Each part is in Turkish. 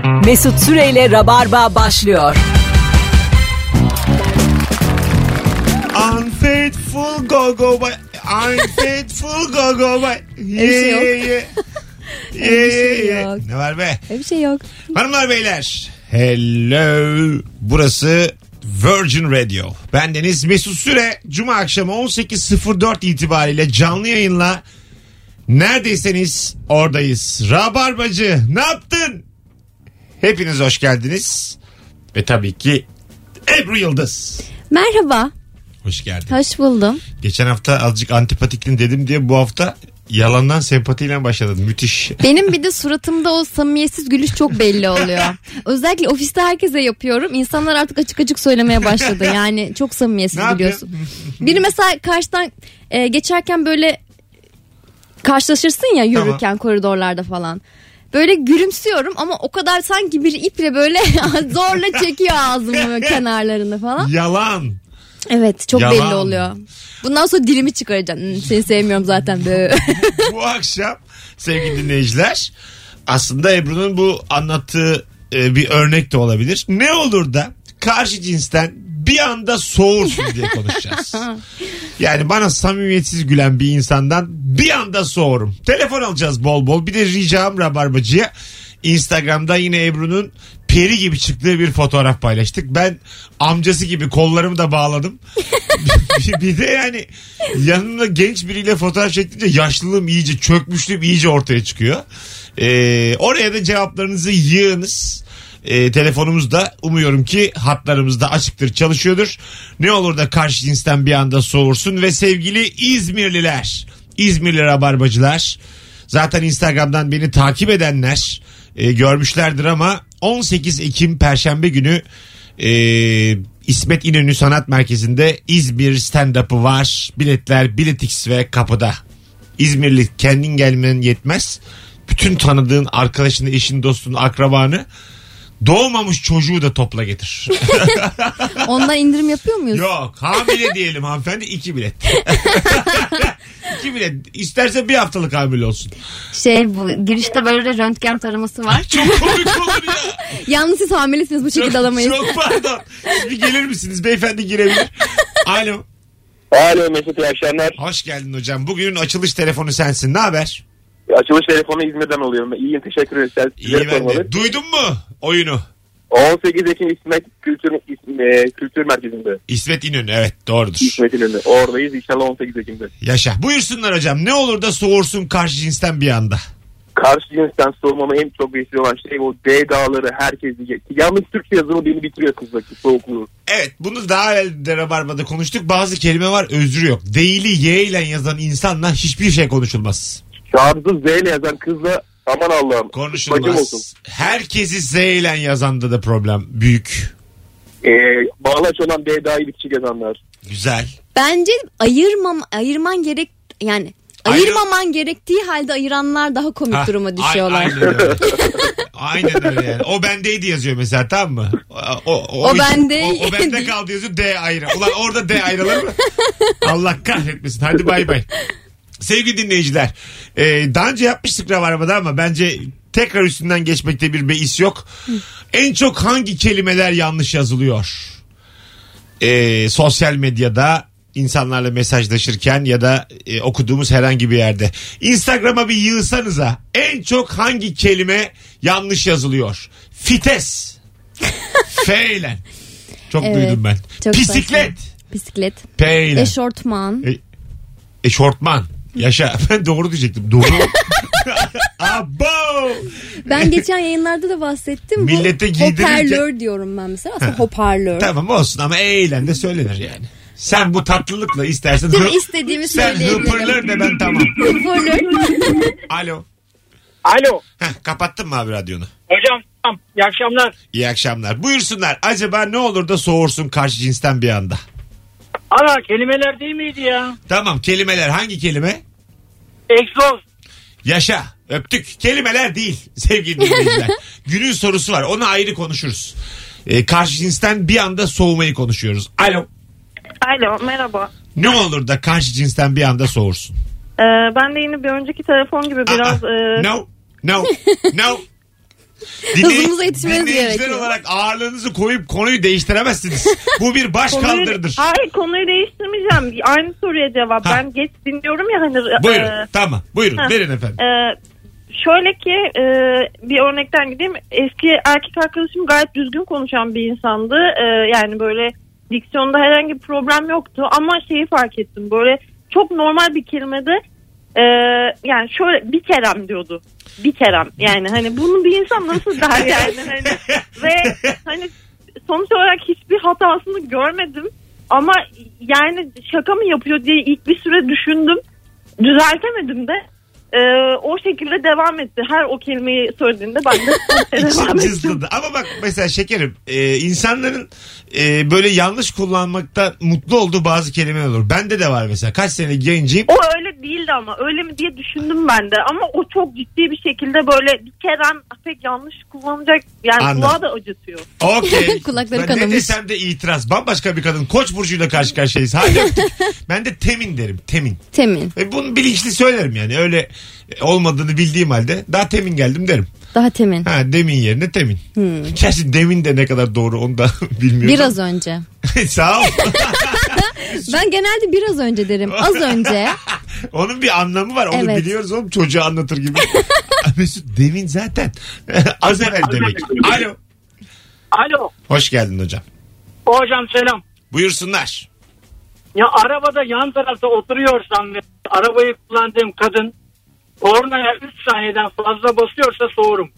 Mesut Süreyle Rabarba başlıyor. Unfaithful go go by. Unfaithful go go by. Yeah. Ne var be? Öyle bir şey yok. Hanımlar beyler. Hello. Burası Virgin Radio. Bendeniz Mesut Süre. Cuma akşamı 18.04 itibariyle canlı yayınla neredeyseniz oradayız. Rabarbacı ne yaptın? Hepiniz hoş geldiniz. Ve tabii ki Ebru Yıldız. Merhaba. Hoş geldin. Hoş buldum. Geçen hafta azıcık antipatiktin dedim diye bu hafta yalandan sempatiyle başladın. Müthiş. Benim bir de suratımda o samimiyetsiz gülüş çok belli oluyor. Özellikle ofiste herkese yapıyorum. İnsanlar artık açık açık söylemeye başladı. Yani çok samimiyetsiz gülüyorsun. Biri mesela karşıdan geçerken böyle karşılaşırsın ya yürürken tamam. Koridorlarda falan. Böyle gülümsüyorum ama o kadar sanki bir iple böyle zorla çekiyor ağzımı kenarlarını falan. Yalan. Evet çok yalan. Belli oluyor. Bundan sonra dilimi çıkaracağım. Seni sevmiyorum zaten. Bu akşam sevgili dinleyiciler aslında Ebru'nun bu anlattığı bir örnek de olabilir. Ne olur da karşı cinsten bir anda soğursun diye konuşacağız. Yani bana samimiyetsiz gülen bir insandan bir anda soğurum. Telefon alacağız bol bol. Bir de ricam Rabarbacı'ya Instagram'da yine Ebru'nun peri gibi çıktığı bir fotoğraf paylaştık. Ben amcası gibi kollarımı da bağladım. Bir de yani yanımda genç biriyle fotoğraf çektince yaşlılığım iyice, çökmüşlüğüm iyice ortaya çıkıyor. Oraya da cevaplarınızı yığınız. Telefonumuzda umuyorum ki hatlarımız da açıktır, çalışıyordur. Ne olur da karşı cinsten bir anda soğursun. Ve sevgili İzmirliler, İzmirli Rabarbacılar, zaten Instagram'dan beni takip edenler görmüşlerdir ama 18 Ekim Perşembe günü İsmet İnönü Sanat Merkezi'nde İzmir stand-up'ı var. Biletler Biletix ve kapıda. İzmirli kendin gelmen yetmez. Bütün tanıdığın arkadaşını, eşini, dostunu, akrabanı, doğmamış çocuğu da topla getir. Ondan indirim yapıyor muyuz? Yok, hamile diyelim hanımefendi, 2 bilet. 2 bilet. İsterse bir haftalık hamile olsun. Bu girişte böyle röntgen taraması var. Çok komik olur ya. Yalnız siz hamilisiniz, bu şekilde alamayız. Çok pardon. Siz bir gelir misiniz? Beyefendi girebilir. Alo. Alo Mesut, iyi akşamlar. Hoş geldin hocam. Bugünün açılış telefonu sensin. Ne haber? Açılış telefonu İzmir'den oluyorum. İyiyim, teşekkür ederim. İyi ben de. Duydun mu oyunu? 18 Ekim İsmet Kültür Merkezi'nde. İsmet İnönü, evet doğrudur. İsmet İnönü. Oradayız inşallah 18 Ekim'de. Yaşa. Buyursunlar hocam. Ne olur da soğursun karşı cinsten bir anda? Karşı cinsten soğumama en çok vesile olan şey o D dağları herkes diyecek. Yalnız Türkçe yazımı beni bitiriyor kızdaki soğukluğu. Evet, bunu daha evvel Rabarba'da konuştuk. Bazı kelime var, özrü yok. Değili Y ile yazan insanla hiçbir şey konuşulmaz. Şarjı Z ile yazan kızla aman Allah'ım. Konuşulmaz. Herkesi Z ile yazanda da problem büyük. Bağlaç olan D dahil küçük yazanlar. Güzel. Bence ayırman gerek, yani ayırmaman gerektiği halde ayıranlar daha komik duruma düşüyorlar. Aynen öyle. Aynen öyle yani. O bendeydi yazıyor mesela, tamam mı? O bende kaldı yazıyor, D ayrı. Ulan orada D ayrılır mı? Allah kahretmesin. Hadi bay bay. Sevgili dinleyiciler, daha önce yapmıştık Rabarba'da ama bence tekrar üstünden geçmekte bir beis yok. En çok hangi kelimeler yanlış yazılıyor? Sosyal medyada, insanlarla mesajlaşırken ya da okuduğumuz herhangi bir yerde. Instagram'a bir yığsanıza, en çok hangi kelime yanlış yazılıyor? Fites. F ile. Çok evet, duydum ben. Bisiklet. Bisiklet. P ile. Eşortman. Eşortman. Yaşa. Ben doğru diyecektim. Doğru. Abo. Ben geçen yayınlarda da bahsettim. Millete giydirirken. Hoparlör diyorum ben mesela. Aslında hoparlör. Tamam olsun ama eyle de söylenir yani. Sen bu tatlılıkla istersen. Tüm istediğimi söyleyebilirim. Sen hoparlör de ben tamam. Hoparlör. Alo. Alo. Kapattın mı abi radyonu? Hocam tamam. İyi akşamlar. İyi akşamlar. Buyursunlar. Acaba ne olur da soğursun karşı cinsten bir anda? Ana kelimeler değil miydi ya? Tamam, kelimeler. Hangi kelime? Egzoz. Yaşa. Öptük. Kelimeler değil sevgili dinleyiciler. Günün sorusu var. Onu ayrı konuşuruz. Karşı cinsten bir anda soğumayı konuşuyoruz. Alo. Alo, merhaba. Ne olur da karşı cinsten bir anda soğursun? Ben de yine bir önceki telefon gibi biraz... No. Hızımıza yetişmeniz Dinleyiciler gerekiyor. olarak ağırlığınızı koyup konuyu değiştiremezsiniz. Bu bir baş kaldırıdır. Hayır, konuyu değiştirmeyeceğim. Aynı soruya cevap. Ha. Ben geç dinliyorum ya hani. Buyurun. Tamam. Buyurun. Ha. Verin efendim. Şöyle ki bir örnekten gideyim. Eski erkek arkadaşım gayet düzgün konuşan bir insandı. Yani böyle diksiyonda herhangi bir problem yoktu. Ama şeyi fark ettim. Böyle çok normal bir kelimede yani şöyle bir kerem diyordu. Bir kerem. Yani hani bunu bir insan nasıl der yani. Hani, ve hani sonuç olarak hiçbir hatasını görmedim. Ama yani şaka mı yapıyor diye ilk bir süre düşündüm. Düzeltemedim de. O şekilde devam etti. Her o kelimeyi söylediğinde ben de devam ettim. Cızladı. Ama bak mesela şekerim insanların böyle yanlış kullanmakta mutlu olduğu bazı kelimeler olur. Bende de var mesela. Kaç senelik yayıncıyım. O öyle değildi ama. Öyle mi diye düşündüm ben de. Ama o çok ciddi bir şekilde böyle bir kere pek yanlış kullanacak. Yani Anladım. kulağı da acıtıyor. Okey. Kulakları Ben kanamış. ne desem de itiraz. Bambaşka bir kadın. Koç burcuyla karşı karşıyayız. Hadi öptük. Ben de temin derim. Temin. Temin. Ve bunu bilinçli söylerim yani. Öyle olmadığını bildiğim halde daha temin geldim derim. Daha temin. Ha, demin yerine temin. Gerçi demin de ne kadar doğru onu da bilmiyorum. Biraz önce. Sağ ol. Ben genelde biraz önce derim. Az önce. Onun bir anlamı var. Onu Evet. biliyoruz oğlum. Çocuğa anlatır gibi. Mesut demin zaten. Az evvel demek. Alo. Alo. Hoş geldin hocam. Hocam selam. Buyursunlar. Ya arabada yan tarafta oturuyorsam ve arabayı kullandığım kadın kornaya 3 saniyeden fazla basıyorsa soğurum.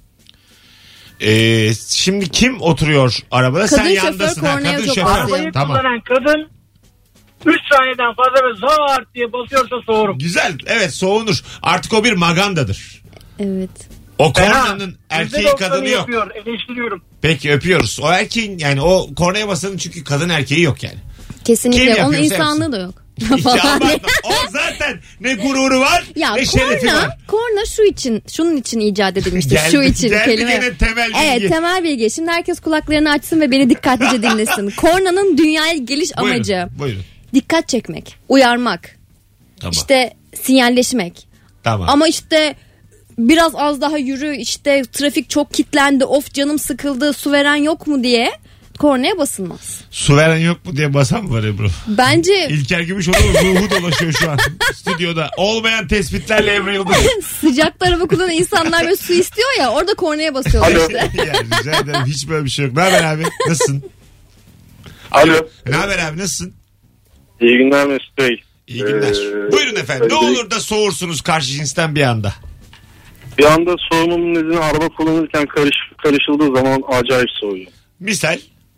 Şimdi kim oturuyor arabada? Kadın Sen şoför, yandasın. Ha, kornaya kadın çok şoför. basıyor. Arabayı Tamam. kullanan kadın 3 saniyeden fazla ve zart diye basıyorsa soğurum. Güzel. Evet soğunur. Artık o bir magandadır. Evet. O kornanın erkeği %90'ı kadını yok. yapıyor, eleştiriyorum. Peki öpüyoruz. O erkeğin yani o kornaya basanın çünkü kadın erkeği yok yani. Kim Kesinlikle. Onun yapıyorsa insanlığı da yok. Hiç abartma. O zaten ne gururu var Ya ne şerefi var. korna şunun için icat edilmiştir. Geldi- Şu için geldi kelime. gene temel bilgi. Evet, temel bilgi. Şimdi herkes kulaklarını açsın ve beni dikkatlice dinlesin. Kornanın dünyaya geliş Buyurun, amacı Buyurun. dikkat çekmek, uyarmak, Tamam. işte sinyalleşmek. Tamam. Ama işte biraz az daha yürü, işte trafik çok kilitlendi, of canım sıkıldı, su veren yok mu diye kornaya basılmaz. Su veren yok mu diye basan var Ebru. Bence İlker Gümüşoğlu ruhu dolaşıyor şu an stüdyoda. Olmayan tespitlerle Ebru Yıldız. sıcakta araba kullanan insanlar böyle su istiyor ya, orada kornaya basıyorlar Alo. işte. Ya, rica ederim hiç böyle bir şey yok. Ne haber abi? Nasılsın? Alo. Ne haber abi? Nasılsın? İyi günler Mesut Bey. İyi günler. Buyurun efendim. Ne olur da soğursunuz karşı cinsten bir anda. Bir anda soğumamın nedeni araba kullanırken karışıldığı zaman acayip soğuyor. Misal.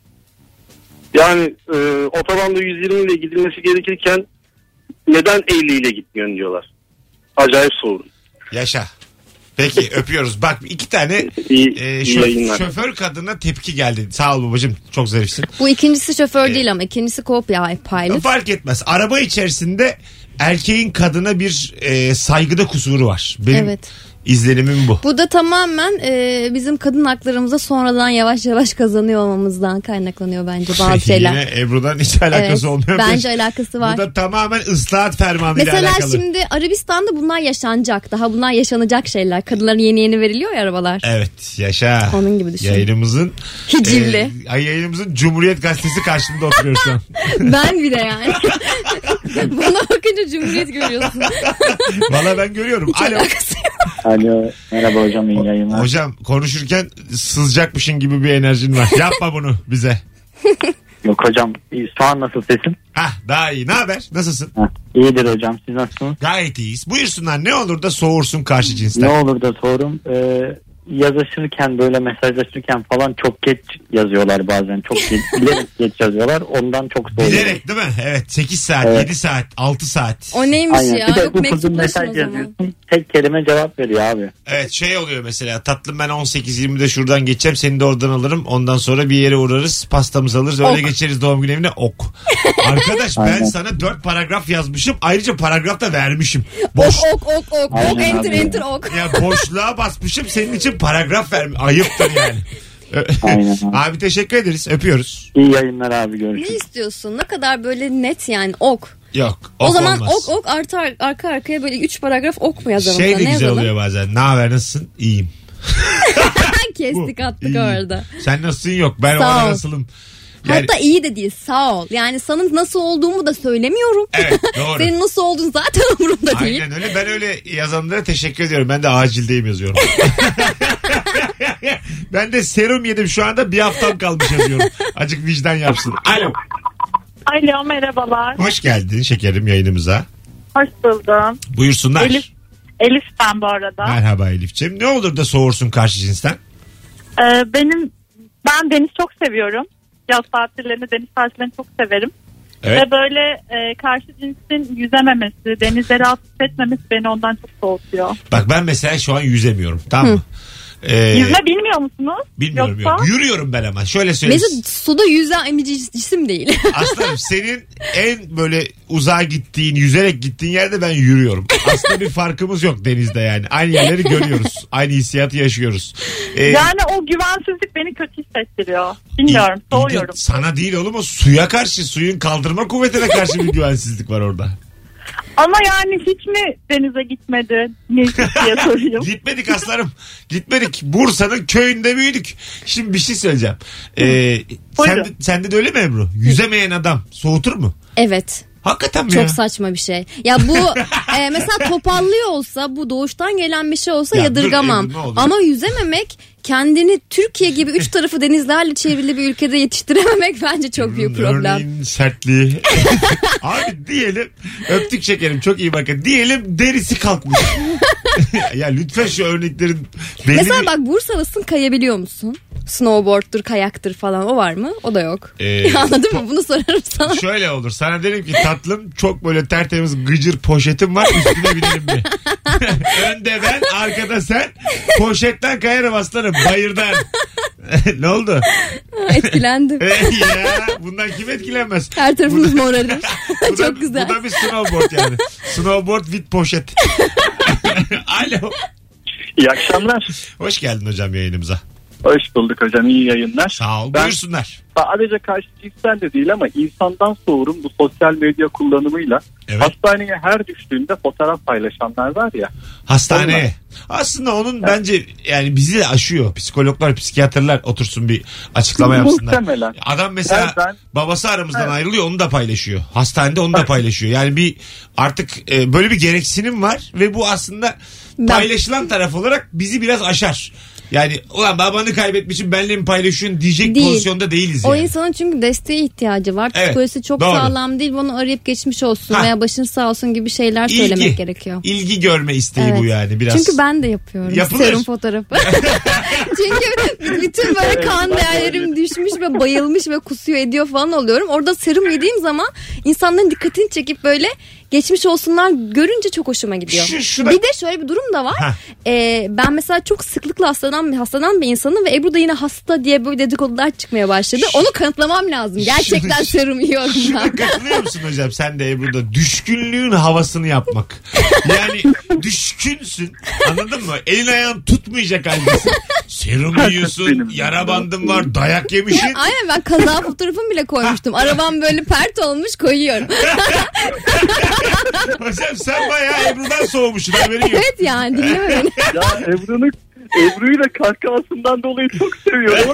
Yani otobanda 120 ile gidilmesi gerekirken neden 50 ile gitmiyorsun diyorlar. Acayip soğudum. Yaşa. Peki öpüyoruz. Bak iki tane İyi yayınlar. şoför kadına tepki geldi. Sağ ol babacığım. Çok zarifsin. Bu ikincisi şoför değil ama ikincisi pilot. Fark etmez. Araba içerisinde erkeğin kadına bir saygıda kusuru var. Benim Evet. izlenimim bu. Bu da tamamen bizim kadın haklarımıza sonradan yavaş yavaş kazanıyor olmamızdan kaynaklanıyor bence bazı şeyler. Yine Ebru'dan hiç alakası Evet, olmuyor. bence alakası var. Bu da tamamen ıslahat fermanıyla Mesela alakalı. şimdi Arabistan'da bunlar yaşanacak. Daha bunlar yaşanacak şeyler. Kadınların yeni veriliyor ya arabalar. Evet yaşa. Onun gibi düşün. Yayınımızın Hicivli. yayınımızın Cumhuriyet Gazetesi karşımda oturuyor şu an. Ben bile yani. Bana bakınca Cumhuriyet görüyorsun. Valla ben görüyorum. Hiç Alo. alakası yok. Alo, merhaba hocam, iyi yayınlar. Hocam konuşurken sızacakmışın gibi bir enerjin var. Yapma bunu bize. Yok hocam, iyi. Şu an nasıl sesim? Hah daha iyi. Ne haber? Nasılsın? İyidir hocam, siz nasılsınız? Gayet iyiyiz. Buyursunlar ne olur da soğursun karşı cinsten. Ne olur da sorum. Yazışırken, böyle mesajlaşırken falan çok geç yazıyorlar bazen. Çok geç, bilerek geç yazıyorlar. Ondan çok soğuyorum. Bilerek değil mi? Evet 8 saat, Evet. 7 saat, 6 saat. O neymiş Aynen. ya? Bir de Yok uzun mektuplaşın mesaj o zaman. yazıyorsun. Tek kelime cevap veriyor abi. Evet şey oluyor mesela tatlım ben 18-20'de şuradan geçeceğim seni de oradan alırım ondan sonra bir yere uğrarız pastamızı alırız öyle Ok. geçeriz doğum günü evine ok. Arkadaş ben Aynen. sana 4 paragraf yazmışım ayrıca paragraf da vermişim. Boş, Ok. Aynen Enter abi. enter ok. ya boşluğa basmışım senin için paragraf vermiş. Ayıptır yani. Aynen abi. Abi teşekkür ederiz öpüyoruz. İyi yayınlar abi, Ne görüşürüz. istiyorsun? Ne kadar böyle net yani ok. Yok O zaman olmaz. ok arka arkaya böyle 3 paragraf ok mu yazalım? Şey sana? de Ne güzel yazalım? oluyor bazen. Ne haber nasılsın? İyiyim. Kestik attık İyi. orada. Sen nasılsın yok. Ben o Sağ an ol. nasılım. Yani, Hatta iyi de değil, sağ ol. Yani sana nasıl olduğumu da söylemiyorum. Evet, doğru. Senin nasıl olduğun zaten umurumda değil. aynen öyle. Ben öyle yazanlara teşekkür ediyorum. Ben de acildeyim yazıyorum. Ben de serum yedim şu anda, bir haftam kalmış yazıyorum. Acık vicdan yapsın. Alo. Alo, merhabalar. Hoş geldin şekerim yayınımıza. Hoş buldum. Buyursunlar. Elif ben bu arada. Merhaba Elif'ciğim. Ne olur da soğursun karşı cinsten? Ben deniz çok seviyorum. Yaz tatillerini, deniz tatillerini çok severim. Evet. Ve böyle karşı cinsin yüzememesi, denizleri rahatsız etmemesi beni ondan çok soğutuyor. Bak ben mesela şu an yüzemiyorum. Tamam mı? Yüzme bilmiyor musunuz? Bilmiyorum. Yoksa? Yok. Yürüyorum ben ama. Şöyle söyleyeyim. Mesut suda yüzen emici cisim değil. Aslanım senin en böyle uzağa gittiğin, yüzerek gittiğin yerde ben yürüyorum. Aslında bir farkımız yok denizde yani. Aynı yerleri görüyoruz. Aynı hissiyatı yaşıyoruz. Yani o güvensizlik beni kötü hissettiriyor. Bilmiyorum, soğuyorum. Sana değil oğlum, o suya karşı, suyun kaldırma kuvvetine karşı bir güvensizlik var orada. Ama yani hiç mi denize gitmedi? Ne diye sorayım. Gitmedik aslanım. Gitmedik. Bursa'nın köyünde büyüdük. Şimdi bir şey söyleyeceğim. Sende de öyle mi Ebru? Yüzemeyen adam soğutur mu? Evet. Hakikaten mi Çok ya? saçma bir şey. Ya bu mesela topallıyor olsa, bu doğuştan gelen bir şey olsa Ya yadırgamam. dur, ne oldu? Ama yüzememek, kendini Türkiye gibi 3 tarafı denizlerle çevrili bir ülkede yetiştirememek bence çok büyük problem. Örneğin sertliği. Abi diyelim, öptük şekerim, çok iyi bakın. Diyelim derisi kalkmış. Ya lütfen şu örneklerin belli Mesela bir... bak, Bursalısın, kayabiliyor musun? Snowboard'dur, kayaktır falan, o var mı? O da yok. Anladın mı? Bunu sorarım sana. Şöyle olur. Sana derim ki tatlım, çok böyle tertemiz gıcır poşetim var, üstüne binelim mi? Önde ben, arkada sen. Poşetten kayarım aslanım, bayırdan. Ne oldu? Etkilendim. Ya bundan kim etkilenmez? Her tarafımız morarır. Bu da- Çok güzel. Bu da bir snowboard yani. Snowboard with poşet. Alo. İyi akşamlar. Hoş geldin hocam yayınımıza. Hoş bulduk hocam, iyi yayınlar. Sağ ol. Ben Buyursunlar. sadece karşı cinsten de değil ama insandan soğurum bu sosyal medya kullanımıyla. Evet. Hastaneye her düştüğünde fotoğraf paylaşanlar var ya. Hastaneye. Aslında onun bence yani bizi de aşıyor. Psikologlar, psikiyatrlar otursun bir açıklama yapsınlar. Muhtemelen. Adam mesela babası aramızdan ayrılıyor, onu da paylaşıyor. Hastanede onu da paylaşıyor. Yani bir artık böyle bir gereksinim var ve bu aslında paylaşılan taraf olarak bizi biraz aşar. Yani ulan babanı kaybetmişim, benle mi paylaşıyorsun diyecek pozisyonda değiliz O yani. insanın çünkü desteğe ihtiyacı var. Evet, Psikolojisi çok doğru. sağlam değil. Bunu arayıp geçmiş olsun veya başın sağ olsun gibi şeyler İlgi. söylemek gerekiyor. İlgi görme isteği bu yani biraz. Çünkü ben de yapıyorum. Yapılır. Serum fotoğrafı. Çünkü bütün böyle kan değerlerim düşmüş ve bayılmış ve kusuyor ediyor falan oluyorum. Orada serum yediğim zaman insanların dikkatini çekip böyle geçmiş olsunlar görünce çok hoşuma gidiyor. Bir de şöyle bir durum da var. Ben mesela çok sıklıkla hastalan bir insanım ve Ebru da yine hasta diye böyle dedikodular çıkmaya başladı. Onu kanıtlamam lazım. Gerçekten serum yiyorum ben. Şuna katılıyor musun hocam? Sen de Ebru'da düşkünlüğün havasını yapmak. Yani düşkünsün. Anladın mı? Elin ayağın tutmayacak haldesin. Serum yiyorsun. Yara bandın var. Dayak yemişsin. Aynen, ben kaza fotoğrafımı bile koymuştum. Arabam böyle pert olmuş, koyuyorum. Hocam sen bayağı Ebru'dan soğumuşsun, haberin yok. Evet yani, dinleme beni. Ya Ebru'yu da kahkahasından dolayı çok seviyorum.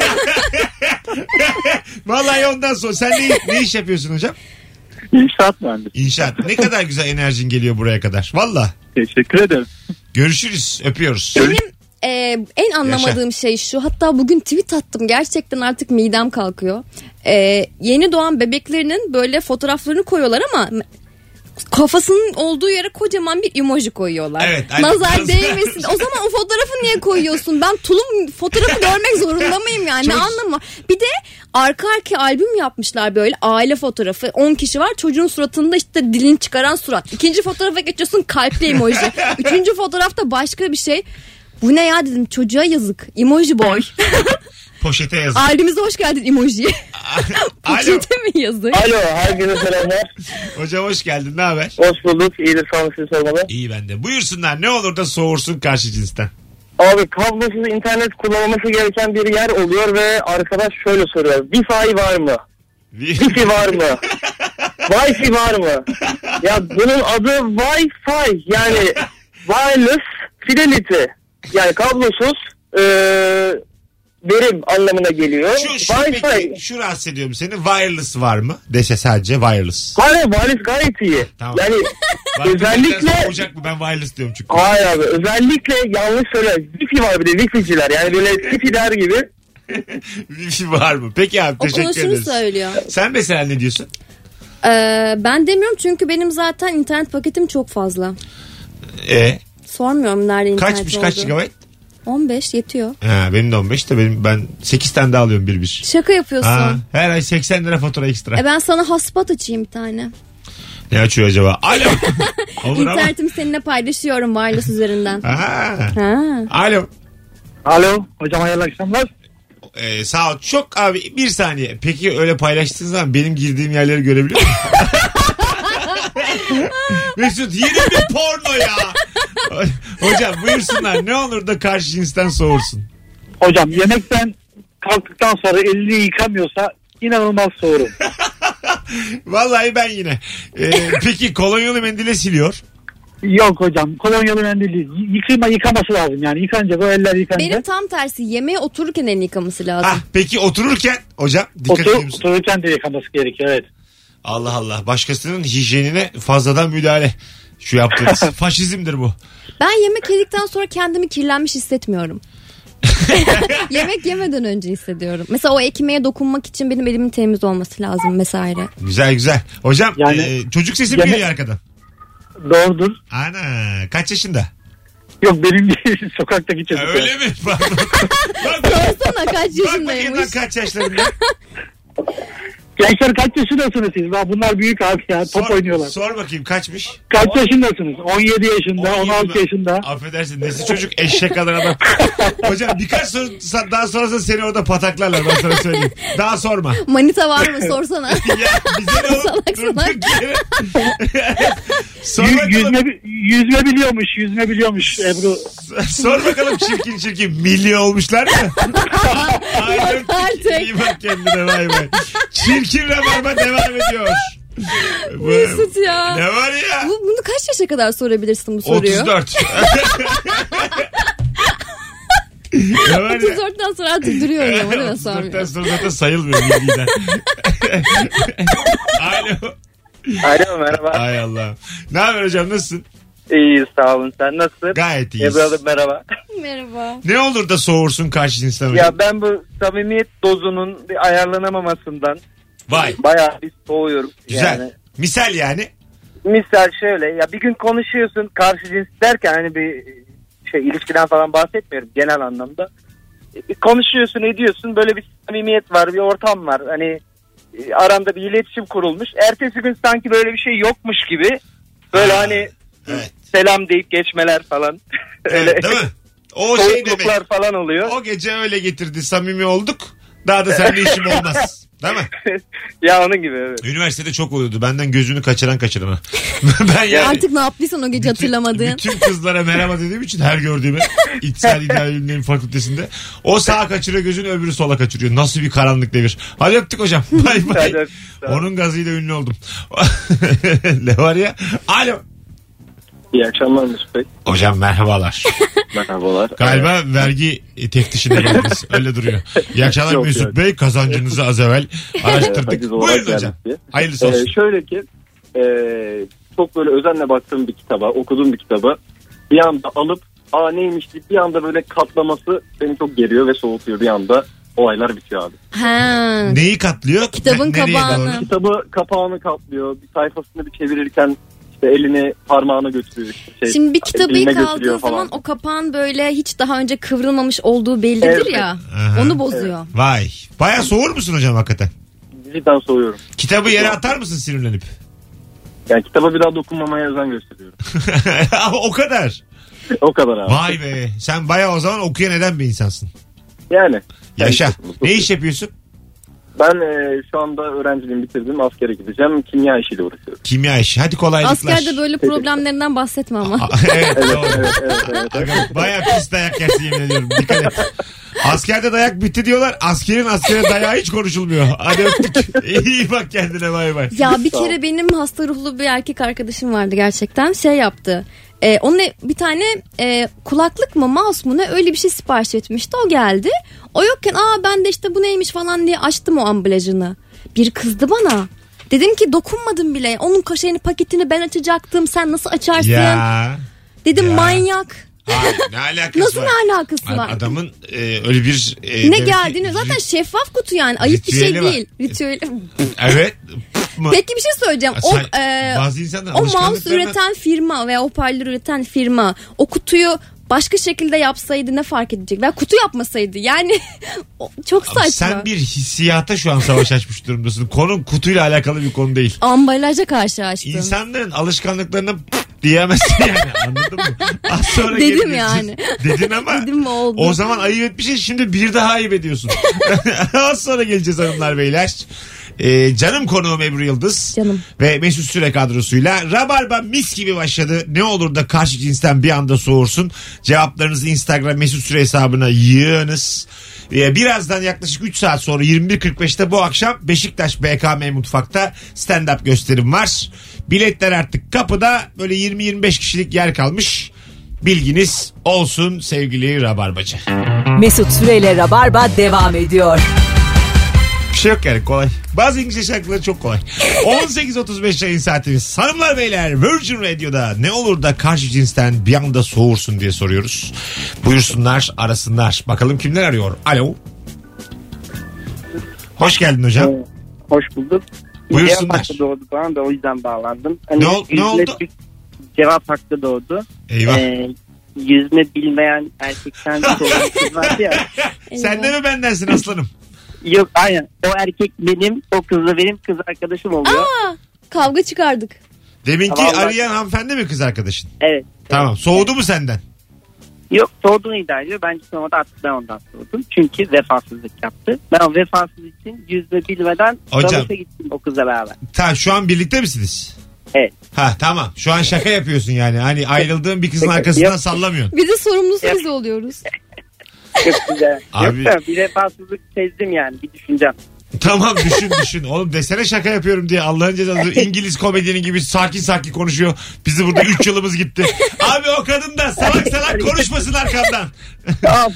Vallahi ondan sonra. Sen ne iş yapıyorsun hocam? İnşaat mühendisi. İnşaat. Ne kadar güzel enerjin geliyor buraya kadar. Valla. Teşekkür ederim. Görüşürüz. Öpüyoruz. Benim en anlamadığım şey şu. Hatta bugün tweet attım. Gerçekten artık midem kalkıyor. Yeni doğan bebeklerinin böyle fotoğraflarını koyuyorlar ama kafasının olduğu yere kocaman bir emoji koyuyorlar. Evet, aynen. Nazar değmesin. O zaman o fotoğrafı niye koyuyorsun? Ben tulum fotoğrafı görmek zorunda mıyım yani? Ne anlamı var? Bir de arka arkaya albüm yapmışlar böyle, aile fotoğrafı. 10 kişi var. Çocuğun suratında işte dilini çıkaran surat. İkinci fotoğrafa geçiyorsun, kalpli emoji. Üçüncü fotoğrafta başka bir şey. Bu ne ya dedim, çocuğa yazık. Emoji boy. Poşete yazın. Ailemize hoş geldin emoji. Poşete mi yazık? Alo, herkese selamlar. Hocam hoş geldin, ne haber? Hoş bulduk, iyidir, sağ olun, sizi sormalı. İyi ben de. Buyursunlar, ne olur da soğursun karşı cinsten. Abi kablosuz internet kullanılması gereken bir yer oluyor ve arkadaş şöyle soruyor. Wi-Fi var mı? Wi-Fi var mı? Wi-Fi var mı? Ya bunun adı Wi-Fi, yani wireless fidelity. Yani kablosuz verim anlamına geliyor. Peki, şu rahatsız ediyor mu seni? Wireless var mı? Dese sadece wireless. Hayır, wireless gayet iyi. Tamam. Yani özellikle... Olacak mı? Ben wireless diyorum çünkü. Hayır abi, özellikle yanlış söyle. Wi-Fi var bir de, Wi-Fi'ciler. Yani böyle Wi-Fi der gibi. Wi-Fi var mı? Peki abi, teşekkür ederiz. O konuşunu söylüyor. Sen mesela ne diyorsun? Ben demiyorum çünkü benim zaten internet paketim çok fazla. Sormuyorum nerede internet Kaçmış, oldu. kaç GB? 15 yetiyor. Benim de 15 de ben 8 tane daha alıyorum bir. Şaka yapıyorsun. Her ay 80 lira fatura ekstra. Ben sana hotspot açayım bir tane. Ne açıyor acaba? Alo. Olur ama. İnternetimi seninle paylaşıyorum wireless üzerinden. Alo. Alo. Hocam hayırlı akşamlar. Sağ ol. Çok abi, bir saniye. Peki öyle paylaştığın zaman benim girdiğim yerleri görebiliyor musun? Mesut, yeni bir porno ya. Hocam buyursunlar, ne olur da karşı cinsten soğursun. Hocam yemekten kalktıktan sonra elini yıkamıyorsa inanılmaz soğurum. Vallahi ben yine. Peki kolonyalı mendile siliyor? Yok hocam, kolonyalı mendil değil. Yıkaması lazım yani. Yıkanacak, o eller yıkanacak. Benim tam tersi, yemeğe otururken elini yıkaması lazım. Peki otururken hocam dikkat ediyor musun? Otururken de yıkaması gerekiyor, evet. Allah Allah, başkasının hijyenine fazladan müdahale. Şu yaptığınız faşizmdir bu. Ben yemek yedikten sonra kendimi kirlenmiş hissetmiyorum. Yemek yemeden önce hissediyorum. Mesela o ekmeğe dokunmak için benim elimin temiz olması lazım vesaire. Güzel güzel. Hocam yani, çocuk sesi mi geliyor arkadan? Doğrudur. Ana, kaç yaşında? Yok, benim değil, sokaktaki çocuk. Öyle mi? Sorsana kaç yaşındaymış? Bak kaç yaşlarında? Gençler kaç yaşındasınız siz? Bunlar büyük abi ya, top oynuyorlar. Sor bakayım, kaçmış? Kaç yaşındasınız? 17 yaşında, 16 yaşında. Affedersin, nesi çocuk, eşek kadar adam. Hocam birkaç soru daha sorarsan seni orada pataklarlar, ben sana söyleyeyim. Daha sorma. Manita var mı sorsana. Ya bize ne olur? Salak. Yüzme biliyormuş Ebru. Sor bakalım, çirkin milli olmuşlar mı? Yok artık. İyi bak kendine, vay vay. Çirkin Rabarba devam ediyor. Mesut ya. Ne var ya? Bunu kaç yaşa kadar sorabilirsin bu soruyu? 34. 34'ten sonra artık duruyorum ya. 34'ten sonra zaten sayılmıyor bilgiden. Alo. Alo, merhaba. Ay Allah. Ne haber hocam, nasılsın? İyiyiz, sağ olun. Sen nasılsın? Gayet iyiyiz. Ebru Hanım merhaba. Merhaba. Ne olur da soğursun karşı cinsten hocam? Ya ben bu samimiyet dozunun bir ayarlanamamasından bayağı bir soğuyorum. Güzel. Yani, misal yani? Misal şöyle, ya bir gün konuşuyorsun karşı cins derken, hani bir ilişkiden falan bahsetmiyorum genel anlamda. Konuşuyorsun, ediyorsun, böyle bir samimiyet var, bir ortam var. Hani aranda bir iletişim kurulmuş. Ertesi gün sanki böyle bir şey yokmuş gibi. Böyle selam deyip geçmeler falan. Evet, değil mi? O şey demek. Falan oluyor. O gece öyle getirdi, samimi olduk. Daha da seninle işim olmaz. Değil mi? Ya onun gibi, evet. Üniversitede çok oluyordu. Benden gözünü kaçırana. Ben yani artık ne yaptıysan o gece hatırlamadığın. Bütün kızlara merhaba dediğim için, her gördüğüme, İktisadi İdari Bilimlerin Fakültesinde. O sağa kaçırıyor gözünü, öbürü sola kaçırıyor. Nasıl bir karanlık devir. Hadi öptük hocam. Bay bay. Onun gazıyla ünlü oldum. Ne var ya? Alo. İyi akşamlar Mesut Bey. Hocam merhabalar. Merhabalar. Galiba vergi teftişine geldiniz. Öyle duruyor. İyi akşamlar Mesut Bey. Kazancınızı az evvel araştırdık. Buyurun hocam. Hayırlısı olsun. Şöyle ki çok böyle özenle baktığım bir kitaba, okuduğum bir kitaba bir anda alıp neymiş diye bir anda böyle katlaması beni çok geriyor ve soğutuyor. Bir anda olaylar bitiyor abi. Neyi katlıyor? Kitabın kapağını. Kitabı kapağını katlıyor. Bir sayfasını bir çevirirken elini parmağına götürüyor. Şimdi bir kitabı ilk aldığın zaman o kapağın böyle hiç daha önce kıvrılmamış olduğu bellidir ya. Aha. Onu bozuyor. Evet. Vay. Bayağı soğur musun hocam hakikaten? Cidden soğuyorum. Kitabı yere atar mısın sinirlenip? Yani kitaba bir daha dokunmamaya özen gösteriyorum. O kadar. O kadar abi. Vay be. Sen bayağı o zaman okuyan eden bir insansın. Yani. Yaşa. Ne iş yapıyorsun? Ben şu anda öğrenciliğimi bitirdim. Askere gideceğim. Kimya işiyle uğraşıyorum. Kimya işi. Hadi kolaylıklar. Askerde böyle problemlerinden bahsetme ama. Evet. Evet. Bayağı pis dayak yersin, yemin ediyorum. Dikkat et. Askerde dayak bitti diyorlar. Askere dayağı hiç konuşulmuyor. Hadi öptük. İyi bak kendine, bay bay. Ya bir kere benim hasta ruhlu bir erkek arkadaşım vardı gerçekten. Yaptı. Onun bir tane kulaklık mı mouse mu ne öyle bir şey sipariş etmişti, o geldi. O yokken ben de işte bu neymiş falan diye açtım o ambalajını. Bir kızdı bana. Dedim ki dokunmadım bile. Onun paketini ben açacaktım. Sen nasıl açarsın? Ya. Dedim Ya. Manyak. Ne alakası Nasıl var? ne alakası var? Adamın öyle bir... ne geldiğini zaten şeffaf kutu yani. Ayıp bir şey değil. Ritüeli. Evet. Peki bir şey söyleyeceğim. Bazı insanlar o mouse üreten firma veya hoparlör üreten firma o kutuyu başka şekilde yapsaydı ne fark edecek? Veya kutu yapmasaydı yani çok saçma. Sen bir hissiyata şu an savaş açmış durumdasın. Konu kutuyla alakalı bir konu değil. Ambalaja karşı açtım. İnsanların alışkanlıklarına diyemezsin yani, anladın mı? Az sonra dedim yani. Dedin ama dedim mi oldu? O zaman ayıp etmişsin, şimdi bir daha ayıp ediyorsun. Az sonra geleceğiz hanımlar beyler. Canım konuğum Ebru Yıldız. Canım. Ve Mesut Süre kadrosuyla Rabarba mis gibi başladı. Ne olur da karşı cinsten bir anda soğursun. Cevaplarınızı Instagram Mesut Süre hesabına yığınız. Birazdan yaklaşık 3 saat sonra 21.45'te bu akşam Beşiktaş BKM Mutfak'ta stand-up gösterim var. Biletler artık kapıda, böyle 20-25 kişilik yer kalmış. Bilginiz olsun sevgili Rabarbacı. Mesut Süreyle Rabarba devam ediyor. Bir şey yok yani, kolay. Bazı İngilizce şarkıları çok kolay. 18.35 yayın saatimiz. Hanımlar beyler, Virgin Radio'da ne olur da karşı cinsten bir anda soğursun diye soruyoruz. Buyursunlar, arasınlar. Bakalım kimler arıyor? Alo. Hoş geldin hocam. Hoş bulduk. Buyursunlar. Cevap hakkı doğdu falan da o yüzden bağlandım. Hani ne oldu? Cevap hakkı doğdu. Eyvah. Yüzme bilmeyen erkekten soran kız vardı ya. Sen de mi bendensin aslanım? Yok, aynen. O erkek benim, o kız da benim kız arkadaşım oluyor. Kavga çıkardık. Deminki Tamam, arayan hanımefendi mi kız arkadaşın? Evet. Tamam. Soğudu mu senden? Yok, soğuduğunu iddia ediyor. Bence soğumadı, artık ben ondan soğudum. Çünkü vefasızlık yaptı. Ben o vefasızlık için yüzme bilmeden dalışa gittim o kızla beraber. Tamam, şu an birlikte misiniz? Evet. Tamam. Şu an şaka yapıyorsun yani. Hani ayrıldığın bir kızın arkasından sallamıyorsun. Bir de sorumlusu biz oluyoruz. Çok güzel. Abi... Yoksa bir vefasızlık sezdim yani, bir düşüneceğim. Tamam, düşün. Oğlum desene şaka yapıyorum diye, Allah'ın cezası. İngiliz komedyenin gibi sakin konuşuyor. Bizi burada 3 yılımız gitti. Abi o kadın da salak konuşmasın arkamdan. Tamam.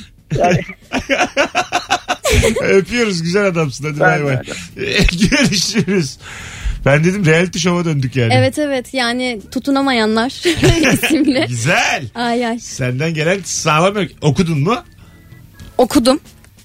Öpüyoruz, güzel adamsın, hadi bay bay. Görüşürüz. Ben dedim reality show'a döndük yani. Evet yani tutunamayanlar isimli. Güzel. Ay. Senden gelen sağlam yok. Okudun mu? Okudum.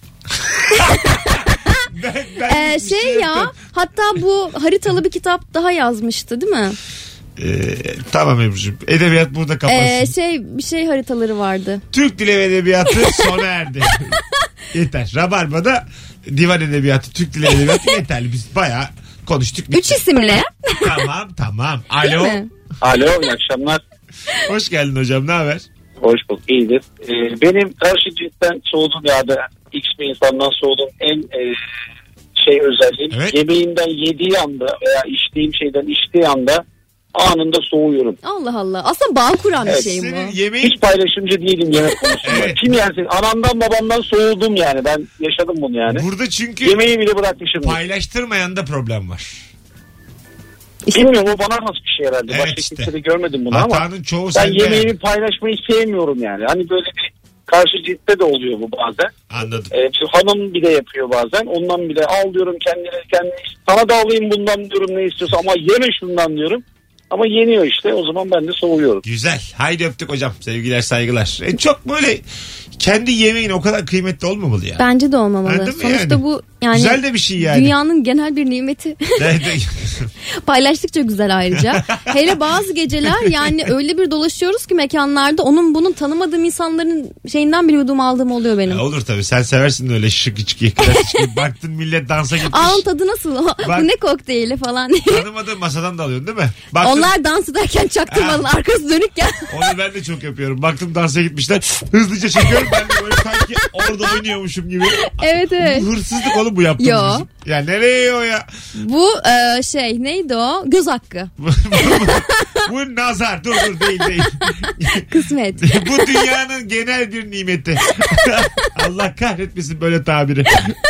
ben hatta bu haritalı bir kitap daha yazmıştı değil mi? Tamam Ebru'cum. Edebiyat burada kapansın. Bir şey haritaları vardı. Türk Dili ve Edebiyatı sona erdi. Yeter. Rabarba'da divan edebiyatı, Türk Dili ve Edebiyatı yeterli. Biz bayağı konuştuk. 3 isimli. Tamam. Alo. Alo, iyi akşamlar. Hoş geldin hocam, ne haber? Hoş bulduk, iyidir. Benim karşı cinsten soğudum ya da X bir insandan soğudum en özelliğim. Evet. Yemeğinden yediği anda veya içtiğim şeyden içtiği anda anında soğuyorum. Allah Allah. Aslında bağ kuran bir şey bu. Hiç paylaşımcı değilim yemek konusunda. Evet. Kim yersin? Anamdan babamdan soğudum yani. Ben yaşadım bunu yani. Burada çünkü yemeği bile bırakmışım. Paylaştırmayan da problem var. Bilmiyorum, o bana has bir şey herhalde. Evet, başka kimsede görmedim bunu hatanın ama çoğu ben sende. yemeğimi paylaşmayı sevmiyorum yani. Hani böyle bir karşı cinste de oluyor bu bazen. Anladım. Hanım bile yapıyor bazen. Ondan bile al diyorum kendine. Sana da alayım bundan diyorum, ne istiyorsa, ama yeme şundan diyorum. Ama yeniyor işte, o zaman ben de soğuyorum. Güzel. Haydi öptük hocam. Sevgiler, saygılar. Çok böyle kendi yemeğin o kadar kıymetli olmamalı ya. Bence de olmamalı. Sonuçta yani? Bu yani güzel de bir şey yani. Dünyanın genel bir nimeti. Paylaştıkça güzel ayrıca. Hele bazı geceler yani öyle bir dolaşıyoruz ki mekanlarda, onun bunun tanımadığım insanların şeyinden bir yudum aldığım oluyor benim. Ya olur tabii, sen seversin öyle şık içki. Baktın millet dansa gitmiş. Ağın tadı nasıl? Bu ne kokteyli falan. Tanımadığın masadan da alıyorsun değil mi? Baktın... Onlar dans ederken çaktırmalı, arkası dönükken. Onu ben de çok yapıyorum. Baktım dansa gitmişler. Hızlıca çekiyorum. Ben de böyle sanki orada oynuyormuşum gibi. Evet. Bu hırsızlık oğlum, bu yaptığımız bizim. Ya nereye o ya? Bu neydi o? Göz hakkı. Bu nazar. Dur değil. Kısmet. Bu dünyanın genel bir nimeti. Allah kahretmesin böyle tabiri.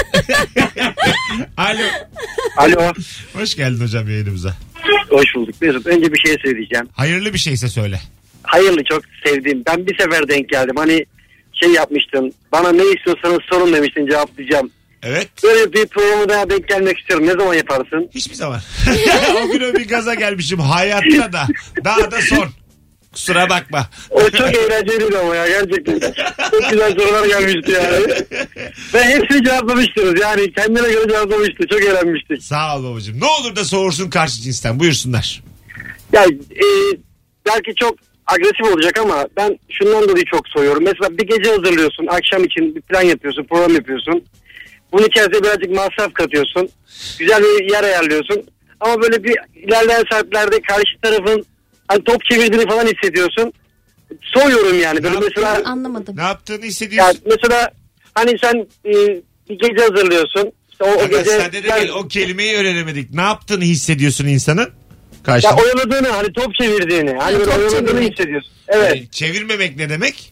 Alo. Hoş geldin hocam yayınımıza. Hoş bulduk. Mesut, önce bir şey söyleyeceğim. Hayırlı bir şeyse söyle. hayırlı, çok sevdiğim. Ben bir sefer denk geldim. Hani şey yapmıştın. Bana ne istiyorsanız sorun demiştin, cevaplayacağım. Evet. Böyle bir programı daha denk gelmek istiyorum. Ne zaman yaparsın? Hiçbir zaman. O gün bir gaza gelmişim. Hayatta da. Daha da son. Kusura bakma. O çok eğlenceliydi ama ya, gerçekten. Çok güzel sorular gelmişti yani. Ve hepsini cevaplamıştınız. Yani kendine göre cevaplamıştı. Çok eğlenmiştik. Sağ ol babacığım. Ne olur da soğursun karşı cinsten. Buyursunlar. Ya belki çok agresif olacak ama ben şundan dolayı çok soğuyorum. Mesela bir gece hazırlıyorsun. Akşam için bir plan yapıyorsun. Program yapıyorsun. Bunun içerisinde birazcık masraf katıyorsun. Güzel bir yer ayarlıyorsun. Ama böyle bir ilerleyen saatlerde karşı tarafın hani top çevirdiğini falan hissediyorsun. Soğuyorum yani. Böyle mesela Anlamadım. Ne yaptığını hissediyorsun. Yani mesela hani sen bir gece hazırlıyorsun. İşte o gece sen de gel, o kelimeyi öğrenemedik. Ne yaptığını hissediyorsun insanın? Karşında. Ya oyaladığını, hani top çevirdiğini. Hani böyle oyaladığını hissediyorsun. Evet. Yani çevirmemek ne demek?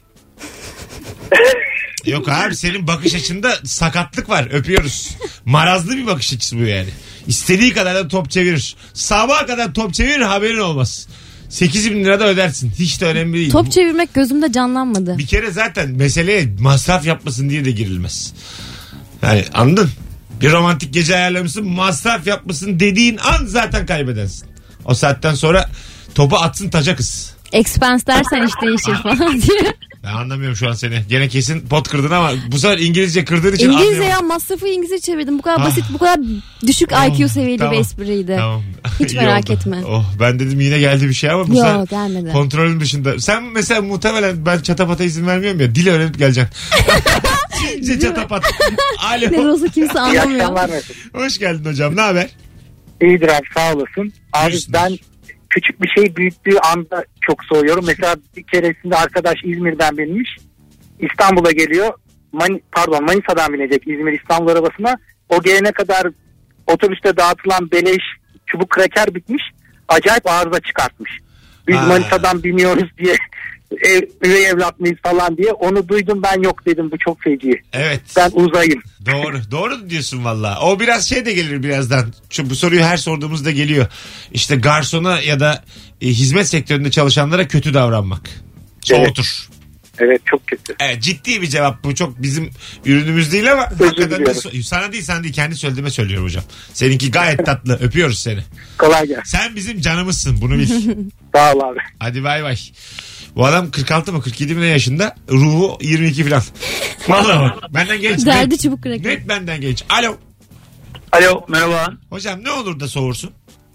Yok abi, senin bakış açında sakatlık var. Öpüyoruz. Marazlı bir bakış açısı bu yani. İstediği kadar da top çevirir. Sabaha kadar top çevirir, haberin olmaz. 8.000 lira da ödersin. Hiç de önemli değil. Top çevirmek gözümde canlanmadı. Bir kere zaten meseleye masraf yapmasın diye de girilmez. Yani anladın? Bir romantik gece ayarlamışsın, masraf yapmasın dediğin an zaten kaybedensin. O saatten sonra topu atsın taca kız. Expense dersen iş değişir falan diye. Ben anlamıyorum şu an seni. Gene kesin pot kırdın ama bu sefer İngilizce kırdığın için İngilizce anlıyorum. ya, masrafı İngilizce çevirdim. Bu kadar basit, bu kadar düşük IQ seviyeli tamam, bir espriydi. Tamam. Hiç İyi merak oldu. etme. Oh, ben dedim yine geldi bir şey ama bu Yok, sefer gelmedi. kontrolün dışında. Sen mesela muhtemelen ben çatapata izin vermiyorum ya. Dil öğrenip geleceksin. İnce çatapat. Alo. Ne olsa kimse anlamıyor. Hoş geldin hocam. Ne haber? İyidir abi, sağ olasın. Abi Buyursunlar. ben küçük bir şey büyüttüğü anda çok soğuyorum. Mesela bir keresinde arkadaş İzmir'den binmiş. İstanbul'a geliyor. Manisa'dan binecek İzmir İstanbul arabasına. O gelene kadar otobüste dağıtılan beleş çubuk kraker bitmiş. Acayip arıza çıkartmış. Biz Manisa'dan biniyoruz diye üvey evlat mıyız falan diye. Onu duydum, ben yok dedim, bu çok feci. Evet. Ben uzayım. Doğru. Doğru diyorsun valla. O biraz şey de gelir birazdan. Çünkü bu soruyu her sorduğumuzda geliyor. İşte garsona ya da hizmet sektöründe çalışanlara kötü davranmak. Soğutur. Evet, çok kötü. Evet, ciddi bir cevap bu. Çok bizim ürünümüz değil ama hakikaten de sana değil kendi söylediğime söylüyorum hocam. Seninki gayet tatlı. Öpüyoruz seni. Kolay gelsin. Sen bizim canımızsın, bunu bil. Sağ ol abi. Hadi bay bay. Bu adam 46 mı 47 mi ne yaşında? Ruhu 22 falan. Vallahi bak. Benden genç. Derdi çubuk kraker. Net benden genç. Alo. Alo, merhaba. Hocam ne olur da soğursun?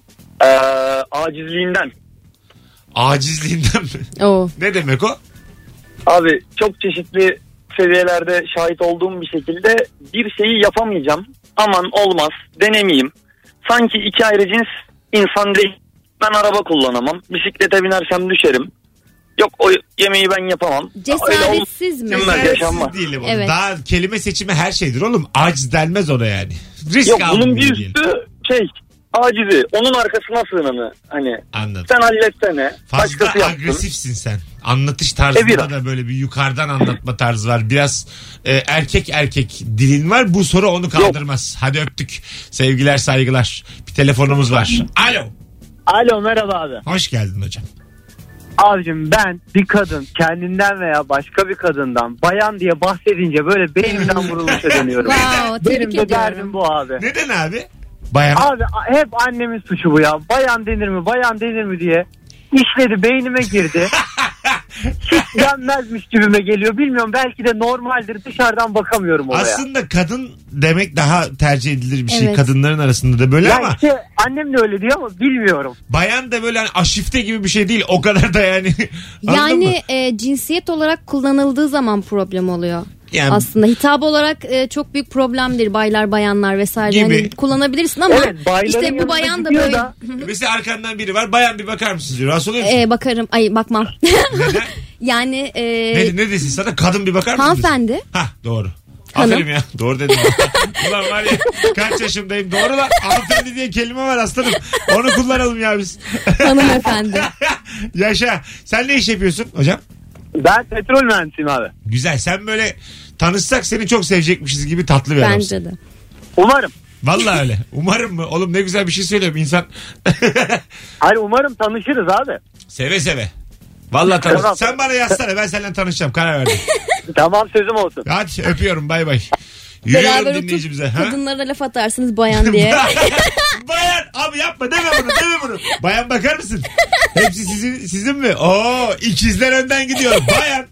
Acizliğinden. Acizliğinden mi? Oo. Ne demek o? Abi çok çeşitli seviyelerde şahit olduğum bir şekilde bir şeyi yapamayacağım. Aman olmaz, denemeyeyim. Sanki iki ayrı cins insan değil. Ben araba kullanamam. Bisiklete binersem düşerim. Yok, o yemeği ben yapamam. Cesaretsiz mi? Cesaretsiz değil bu. Evet. Daha kelime seçimi her şeydir oğlum. Aciz denmez ona yani. Risk yok, bunun almıyor bir diyelim. üstü acizi. Onun arkasına sığınanı. Hani anladım. Sen halletsene. Fazla agresifsin sen. Anlatış tarzında da böyle bir yukarıdan anlatma tarzı var. Biraz erkek dilin var. Bu soru onu kaldırmaz. Hadi öptük. Sevgiler, saygılar. Bir telefonumuz var. Alo. Alo, merhaba abi. Hoş geldin hocam. Abicim, ben bir kadın kendinden veya başka bir kadından bayan diye bahsedince böyle beynimden vurulmuşa dönüyorum. Benim de derdim bu abi. Neden abi? Bayan. Abi hep annemin suçu bu ya. Bayan denir mi diye işledi, beynime girdi. Hiç denmezmiş gibime geliyor. Bilmiyorum, belki de normaldir, dışarıdan bakamıyorum olaya. Aslında kadın demek daha tercih edilir bir şey. Evet. Kadınların arasında da böyle ama. İşte annem de öyle diyor ama bilmiyorum. Bayan da böyle hani aşifte gibi bir şey değil. O kadar da yani. Yani cinsiyet olarak kullanıldığı zaman problem oluyor. Yani, aslında hitap olarak çok büyük problemdir, baylar bayanlar vesaire. Gibi. Yani kullanabilirsin ama işte bu bayan da böyle. Mesela arkandan biri var, bayan bir bakar mısınız diyor. Rahatsız oluyor musun? Bakarım. Ay, bakmam. Neden? Yani ne desin sana, kadın bir bakar mısınız? hanımefendi. Hah, doğru. Hanım. Aferin ya. Doğru dedim. Ulan var ya, kaç yaşımdayım. Doğru lan. Hanımefendi diye kelime var aslanım. Onu kullanalım ya biz. Hanımefendi. Yaşa. Sen ne iş yapıyorsun hocam? Ben petrol mühendisiyim abi. Güzel. Sen böyle tanışsak seni çok sevecekmişiz gibi tatlı bir adamsın. Bence de. Umarım. Vallahi öyle. Umarım mı? Oğlum ne güzel bir şey söylüyorum insan. Hayır, umarım tanışırız abi. Seve seve. Vallahi tanış. Sen bana yazsana, ben seninle tanışacağım, karar verdim. Tamam, sözüm olsun. Hadi öpüyorum, bay bay. Beraber Yürüyorum dinleyicimize. oturup kadınlara laf atarsınız bayan diye. Bayan abi yapma, deme bunu. Bayan bakar mısın? Hepsi sizin mi? Oo, ikizler önden gidiyor. Bayan.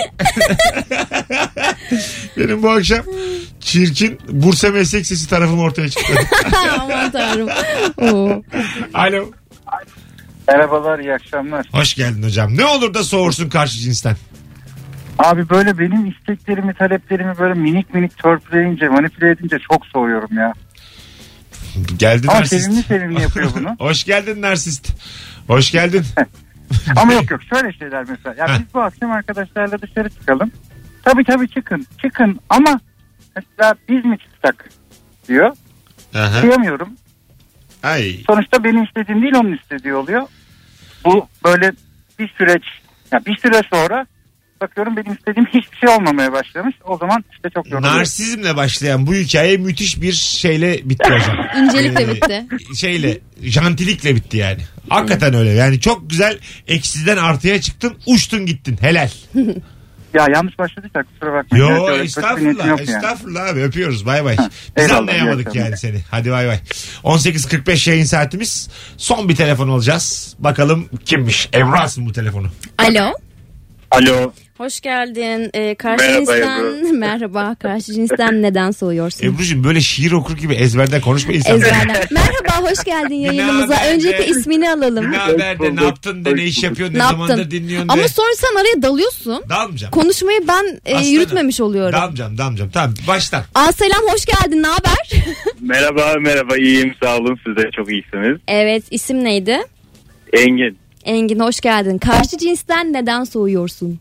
Benim bu akşam çirkin Bursa Meslek Lisesi tarafım ortaya çıktı. Aman tanrım. Oo. Alo. Merhabalar, iyi akşamlar. Hoş geldin hocam. Ne olur da soğursun karşı cinsten? Abi böyle benim isteklerimi, taleplerimi böyle minik törpüleyince, manipüle edince çok soğuyorum ya. Geldin ama narsist. sevimli yapıyor bunu. Hoş geldin narsist. Hoş geldin. Ama yok şöyle şeyler mesela. Ya biz bu akşam arkadaşlarla dışarı çıkalım. Tabii çıkın ama mesela biz mi çıksak diyor. Diyemiyorum. Ay. Sonuçta benim istediğim değil, onun istediği oluyor. Bu böyle bir süreç, yani bir süre sonra bakıyorum benim istediğim hiçbir şey olmamaya başlamış. O zaman işte çok yoruluyor. Narsizmle başlayan bu hikaye müthiş bir şeyle bitti hocam. İncelikle bitti. Jantilikle bitti yani. Hakikaten öyle. Yani çok güzel, eksiden artıya çıktın, uçtun gittin. Helal. Ya yanlış başladıysak kusura bakmayın. Yo estağfurullah abi, öpüyoruz, bay bay. Biz anlayamadık yani seni. Hadi bay bay. 18.45 yayın saatimiz. Son bir telefon alacağız. Bakalım kimmiş? Ebru alsın bu telefonu. Alo. Alo. Hoş geldin. Karşı cinsten merhaba. Karşı cinsten neden soğuyorsun? Ebru'cum böyle şiir okur gibi ezberden konuşma insanlar. Ezberden. Merhaba, hoş geldin yayınımıza. Öncelikle ismini alalım. Ne haber de, ne yaptın de, ne iş yapıyorsun, ne zamandır dinliyorsun de. Ama sonra sen araya dalıyorsun. Dalmayacağım. Konuşmayı ben yürütmemiş oluyorum. Dalmayacağım. Tamam, baştan. Selam, hoş geldin. Ne haber? Merhaba, iyiyim, sağ olun, siz de çok iyisiniz. Evet, isim neydi? Engin, hoş geldin. Karşı cinsten neden soğuyorsun?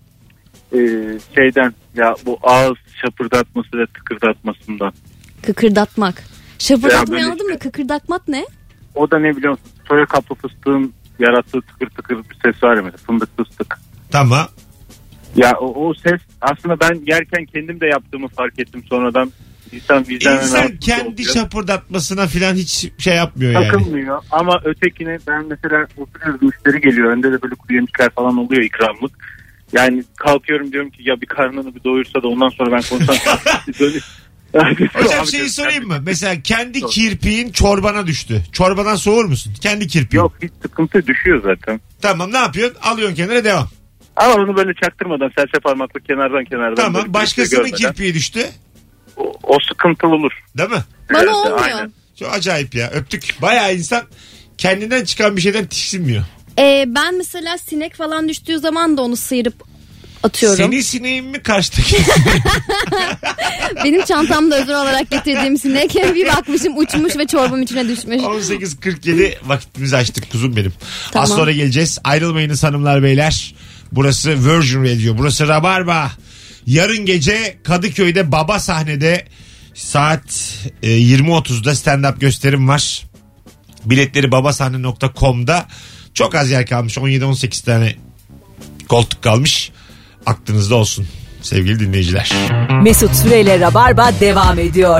Ya bu ağız şapırdatması ve tıkırdatmasından. Kıkırdatmak. Şapırdatmayı anladın mı? Kıkırdatmak ne? O da ne biliyor musun? Soya kaplı fıstığın yarattığı tıkır tıkır bir ses var ya mesela. Fındık fıstık. Tamam. Ya o ses aslında ben yerken kendim de yaptığımı fark ettim sonradan. İnsan kendi şapırdatmasına falan hiç şey yapmıyor yani. Takılmıyor ama ötekine ben mesela oturuyoruz, müşteri geliyor. Önde de böyle kuru yemişler falan oluyor, ikramlık. Yani kalkıyorum, diyorum ki ya bir karnını bir doyursa da ondan sonra ben konuşsam. Hocam şeyi sorayım mı? Mesela kendi kirpiğin çorbana düştü. Çorbadan soğur musun? Kendi kirpiğin. Yok, hiç sıkıntı, düşüyor zaten. Tamam, ne yapıyorsun? Alıyorsun kenara, devam. Ama onu böyle çaktırmadan serçe parmakla kenardan. Tamam, başkasının kirpiği düştü. O sıkıntılı olur. Değil mi? Bana olmuyor. Aynen. Çok acayip ya, öptük. Bayağı insan kendinden çıkan bir şeyden tiksinmiyor. Ben mesela sinek falan düştüğü zaman da onu sıyırıp atıyorum. Senin sineğin mi, karşıdaki? Benim çantamda özel olarak getirdiğim sinek. Bir bakmışım uçmuş ve çorbam içine düşmüş. 18.47 vakitimizi açtık kuzum benim. Tamam. Az sonra geleceğiz. Ayrılmayınız hanımlar beyler. Burası Virgin Radio. Burası Rabarba. Yarın gece Kadıköy'de Baba sahnede saat 20.30'da stand-up gösterim var. Biletleri babasahne.com'da. Çok az yer kalmış. 17-18 tane koltuk kalmış. Aklınızda olsun sevgili dinleyiciler. Mesut Süreyle Rabarba devam ediyor.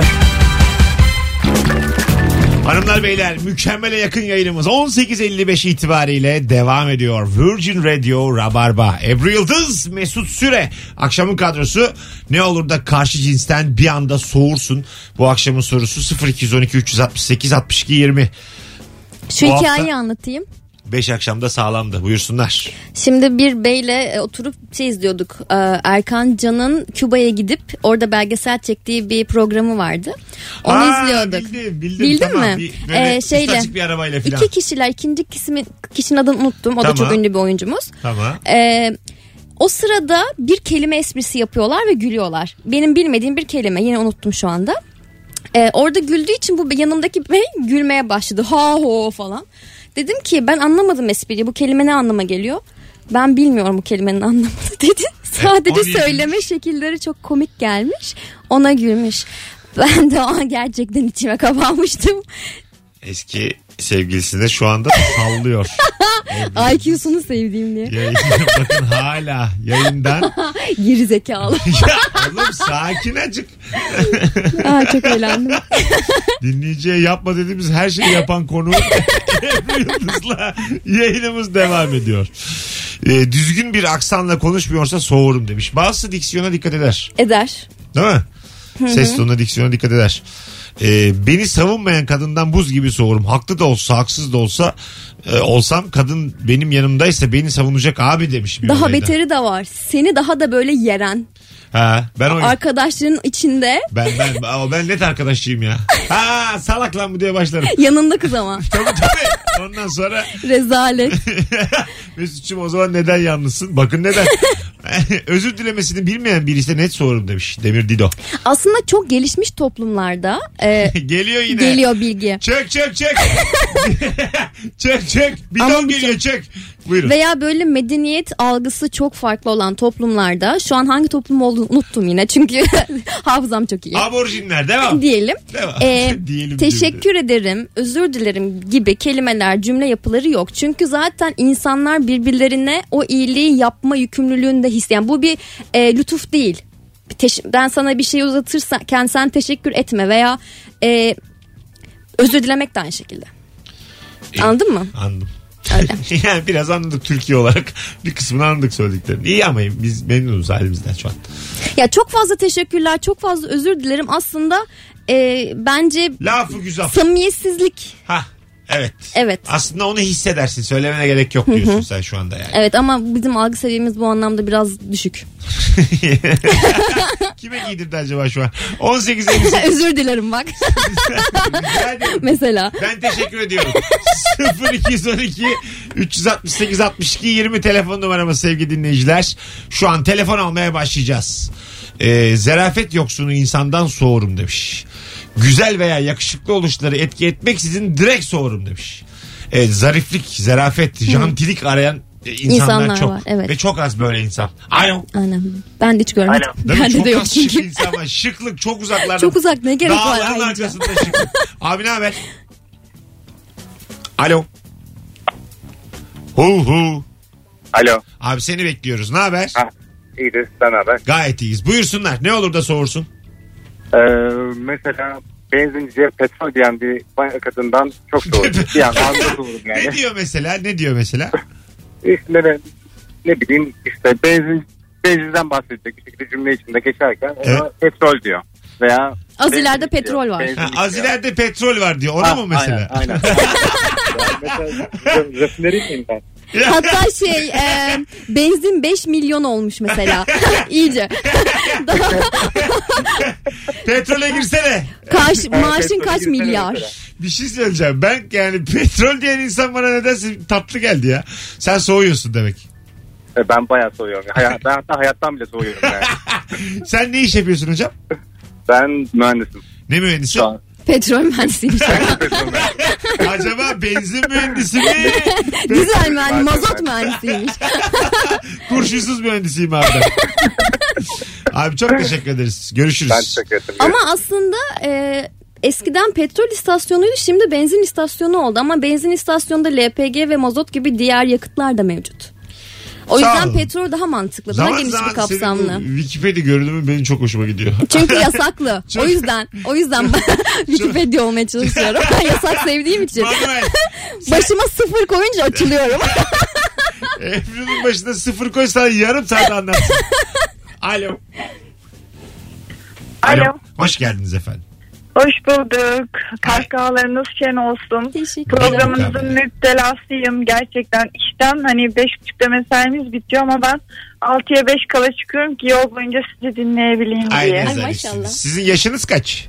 Hanımlar beyler, mükemmele yakın yayınımız 18.55 itibariyle devam ediyor. Virgin Radio Rabarba. Ebru Yıldız, Mesut Süre. Akşamın kadrosu. Ne olur da karşı cinsten bir anda soğursun. Bu akşamın sorusu 0212 368 62 20. Şu hikayeyi anlatayım. 5 akşamda sağlamdı. Buyursunlar. Şimdi bir beyle oturup izliyorduk. Erkan Can'ın Küba'ya gidip orada belgesel çektiği bir programı vardı. Onu izliyorduk. Bildin tamam. mi? Şeyle. Bir arabayla falan. İki kişiler. İkinci kişinin adını unuttum. O da çok ünlü bir oyuncumuz. Tamam. O sırada bir kelime esprisi yapıyorlar ve gülüyorlar. Benim bilmediğim bir kelime. Yine unuttum şu anda. Orada güldüğü için bu yanımdaki bey gülmeye başladı. Ha ho falan. Dedim ki ben anlamadım espriyi. Bu kelime ne anlama geliyor? Ben bilmiyorum bu kelimenin anlamını dedi. Sadece söyleme şekilleri çok komik gelmiş. Ona gülmüş. Ben de o an gerçekten içime kapanmıştım. Eski sevgilisine şu anda sallıyor. IQ'sunu sevdiğim diye. Bakın hala yayından. Gerizekalı. Ya oğlum sakin acık. Çok eğlendim. Dinleyiciye yapma dediğimiz her şeyi yapan konu Ebru Yıldız'la yayınımız devam ediyor. Düzgün bir aksanla konuşmuyorsa soğurum demiş. Bazısı diksiyona dikkat eder. Eder. Değil mi? Hı-hı. Ses tonuna, diksiyona dikkat eder. Beni savunmayan kadından buz gibi soğurum. Haklı da olsa haksız da olsa olsam kadın benim yanımdaysa beni savunacak abi demiş. Bir daha olayda. beteri de var. Seni daha da böyle yeren. Ha, ben o arkadaşların içinde. Ben net arkadaşçıyım ya. Ha, salak lan bu diye başlarım. Yanında kız ama. tabii. Ondan sonra rezalet. Mesut'cum o zaman neden yalnızsın? Bakın neden. Özür dilemesini bilmeyen birisi net soğurum demiş Demir Dido. Aslında çok gelişmiş toplumlarda geliyor yine. Geliyor bilgi. Çök. çök. Bidon geliyor çök. Buyurun. Veya böyle medeniyet algısı çok farklı olan toplumlarda, şu an hangi toplum olduğunu unuttum yine çünkü hafızam çok iyi. Aborjinler devam. Diyelim. Diyelim. Teşekkür ederim, özür dilerim gibi kelimeler, cümle yapıları yok. Çünkü zaten insanlar birbirlerine o iyiliği yapma yükümlülüğünde hissediyor. Bu bir lütuf değil. Ben sana bir şey uzatırken sen teşekkür etme veya özür dilemek de aynı şekilde. Anladın mı? Anladım. Öyle. Yani biraz anladık Türkiye olarak. Bir kısmını anladık söylediklerini. İyi ama biz memnunuz halimizden şu an. Ya çok fazla teşekkürler, çok fazla özür dilerim. Aslında bence lafı güzel. Samimiyetsizlik. Evet. Aslında onu hissedersin. Söylemene gerek yok diyorsun sen şu anda yani. Evet ama bizim algı seviyemiz bu anlamda biraz düşük. Kime giydirdi acaba şu an? 18.58. Özür dilerim bak. Mesela. Ben teşekkür ediyorum. 0212 368 62 20 telefon numaramız sevgili dinleyiciler. Şu an telefon almaya başlayacağız. Zarafet yoksunu insandan soğurum demiş. Güzel veya yakışıklı oluşları etki etmeksizin direkt soğurum demiş. Zariflik, zarafet, jantilik arayan insanlar çok. Var, evet. Ve çok az böyle insan. Alo. Aynen. Ben de hiç görmedim. Bende de yok az çünkü. şık insan var. Şıklık çok uzaklarda. Çok uzak, ne gerek var Dağların ayrıca. arkasında şıklık. Abi ne haber? Alo. Hu. Alo. Abi seni bekliyoruz. Ne haber? İyidir, sen haber? Gayet iyiyiz. Buyursunlar. Ne olur da soğursun? Mesela benzinciye petrol diyen bir bayan kadından çok soğurum. Yani anlatıyorum yani. Ne diyor mesela? İşte ne bileyim işte benzinden bahsedecek bir şekilde cümle içinde geçerken ona petrol diyor. Veya az ileride petrol var. Az ileride petrol var diyor. Ona mı mesela? Aynen. Mesela resimleri miyim ben? Hatta benzin 5 milyon olmuş mesela. İyice. Petrole girsene. Maaşın kaç milyar? Mesela. Bir şey söyleyeceğim. Ben yani petrol diyen insan bana nedense tatlı geldi ya. Sen soğuyorsun demek. Ben bayağı soğuyorum. Ben hatta hayattan bile soğuyorum yani. Sen ne iş yapıyorsun hocam? Ben mühendisim. Ne mühendisi? Petrol mühendisiymiş. Acaba benzin mühendisi mi? Güzel mühendis, mazot mühendisiymiş. Kurşunsuz mühendisiyim abi. Abi çok teşekkür ederiz. Görüşürüz. Ben teşekkür ederim. Ama aslında eskiden petrol istasyonuydu, şimdi benzin istasyonu oldu. Ama benzin istasyonunda LPG ve mazot gibi diğer yakıtlar da mevcut. O yüzden petrol daha mantıklı, daha geniş bir kapsamlı. Senin Wikipedia görünümü benim çok hoşuma gidiyor. Çünkü yasaklı. O yüzden Wikipedia olmaya çalışıyorum. Yasak sevdiğim için. Başıma 0 koyunca açılıyorum. Ebru'nun başına 0 koysan yarım saat anlatsın. Alo. Hoş geldiniz efendim. Hoş bulduk. Kahkahalarınız şen olsun. Programınızın müptelasıyım gerçekten. İşten 5.30'da mesaimiz bitiyor ama ben 6'ya 5 kala çıkıyorum ki yol boyunca sizi dinleyebileyim diye. Ay maşallah. Sizin yaşınız kaç?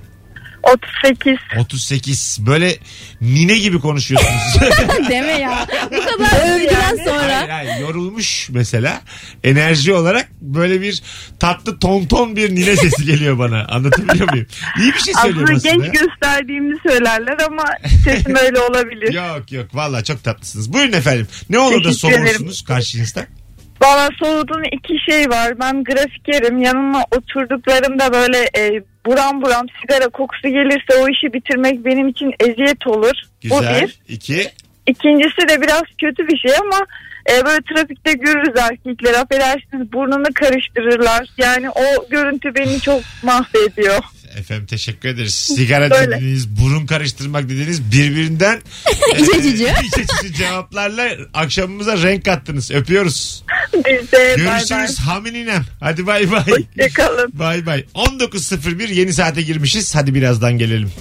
38. Böyle nine gibi konuşuyorsunuz. Deme ya. Bu kadar övgüden sonra. Hayır, yorulmuş mesela. Enerji olarak böyle bir tatlı tonton bir nine sesi geliyor bana. Anlatabiliyor muyum? İyi bir şey söylüyorum aslında. Genç gösterdiğimi söylerler ama sesim öyle olabilir. Yok. Vallahi çok tatlısınız. Buyurun efendim. Ne olur da soğursunuz karşınızda? Valla soğuduğum 2 şey var. Ben grafikerim. Yanıma oturduklarımda böyle buram sigara kokusu gelirse o işi bitirmek benim için eziyet olur. Güzel. Bu bir. 2. İkincisi de biraz kötü bir şey ama böyle trafikte görürüz erkekler. Affedersiniz burnunu karıştırırlar. Yani o görüntü beni çok mahvediyor. Efendim teşekkür ederiz. Sigara Böyle. dediniz, burun karıştırmak dediniz, birbirinden İç açıcı. iç açıcı cevaplarla akşamımıza renk kattınız. Öpüyoruz. Biz de Görüşürüz Hamininem. Hadi bay bay. Hoşçakalın. Bay bay. 19.01 yeni saate girmişiz. Hadi birazdan gelelim.